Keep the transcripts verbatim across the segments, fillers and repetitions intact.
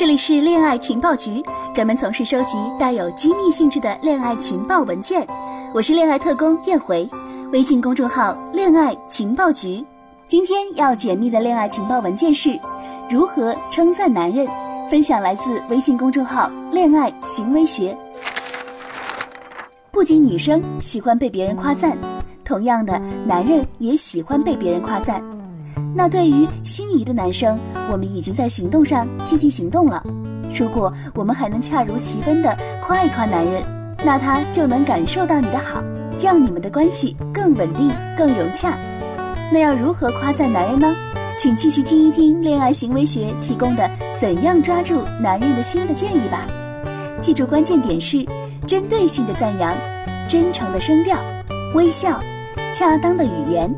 这里是恋爱情报局，专门从事收集带有机密性质的恋爱情报文件。我是恋爱特工燕回，微信公众号恋爱情报局。今天要解密的恋爱情报文件是如何称赞男人，分享来自微信公众号恋爱行为学。不仅女生喜欢被别人夸赞，同样的，男人也喜欢被别人夸赞。那对于心仪的男生，我们已经在行动上积极行动了。如果我们还能恰如其分地夸一夸男人，那他就能感受到你的好，让你们的关系更稳定、更融洽。那要如何夸赞男人呢？请继续听一听恋爱行为学提供的怎样抓住男人的心的建议吧。记住关键点是针对性的赞扬、真诚的声调、微笑、恰当的语言。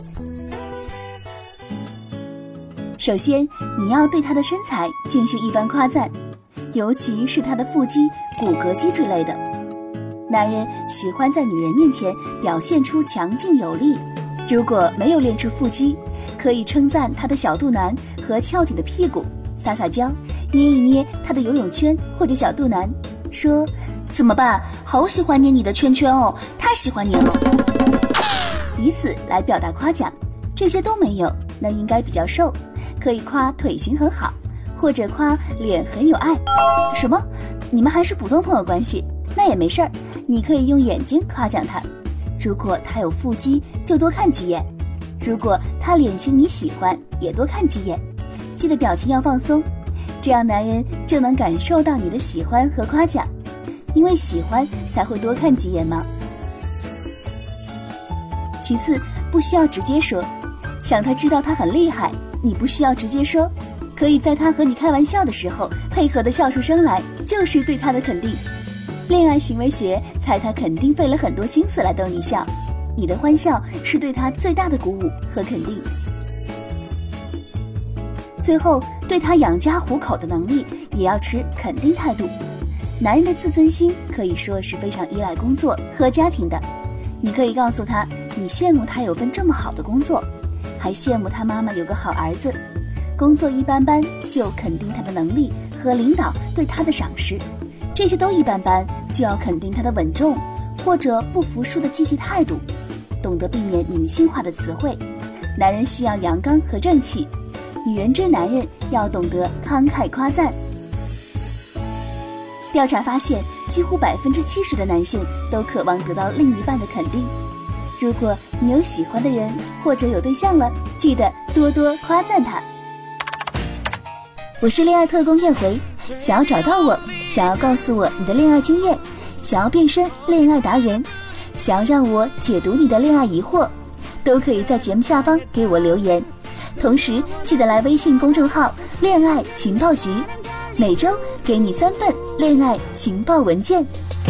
首先，你要对他的身材进行一番夸赞，尤其是他的腹肌、骨骼肌之类的。男人喜欢在女人面前表现出强劲有力，如果没有练出腹肌，可以称赞他的小肚腩和翘起的屁股，撒撒娇，捏一捏他的游泳圈或者小肚腩，说怎么办？好喜欢捏你的圈圈哦，太喜欢捏了，以此来表达夸奖。这些都没有，那应该比较瘦，可以夸腿型很好，或者夸脸很有爱。什么？你们还是普通朋友关系？那也没事儿，你可以用眼睛夸奖他。如果他有腹肌，就多看几眼；如果他脸型你喜欢，也多看几眼。记得表情要放松，这样男人就能感受到你的喜欢和夸奖，因为喜欢才会多看几眼嘛。其次，不需要直接说，想他知道他很厉害，你不需要直接说，可以在他和你开玩笑的时候配合的笑出声来，就是对他的肯定。恋爱行为学猜他肯定费了很多心思来逗你笑，你的欢笑是对他最大的鼓舞和肯定。最后，对他养家糊口的能力也要持肯定态度。男人的自尊心可以说是非常依赖工作和家庭的，你可以告诉他你羡慕他有份这么好的工作，还羡慕他妈妈有个好儿子，工作一般般就肯定他的能力和领导对他的赏识，这些都一般般就要肯定他的稳重或者不服输的积极态度，懂得避免女性化的词汇。男人需要阳刚和正气，女人追男人要懂得慷慨夸赞。调查发现，几乎百分之七十的男性都渴望得到另一半的肯定。如果你有喜欢的人或者有对象了，记得多多夸赞他。我是恋爱特工燕回，想要找到我，想要告诉我你的恋爱经验，想要变身恋爱达人，想要让我解读你的恋爱疑惑，都可以在节目下方给我留言。同时记得来微信公众号恋爱情报局，每周给你三份恋爱情报文件。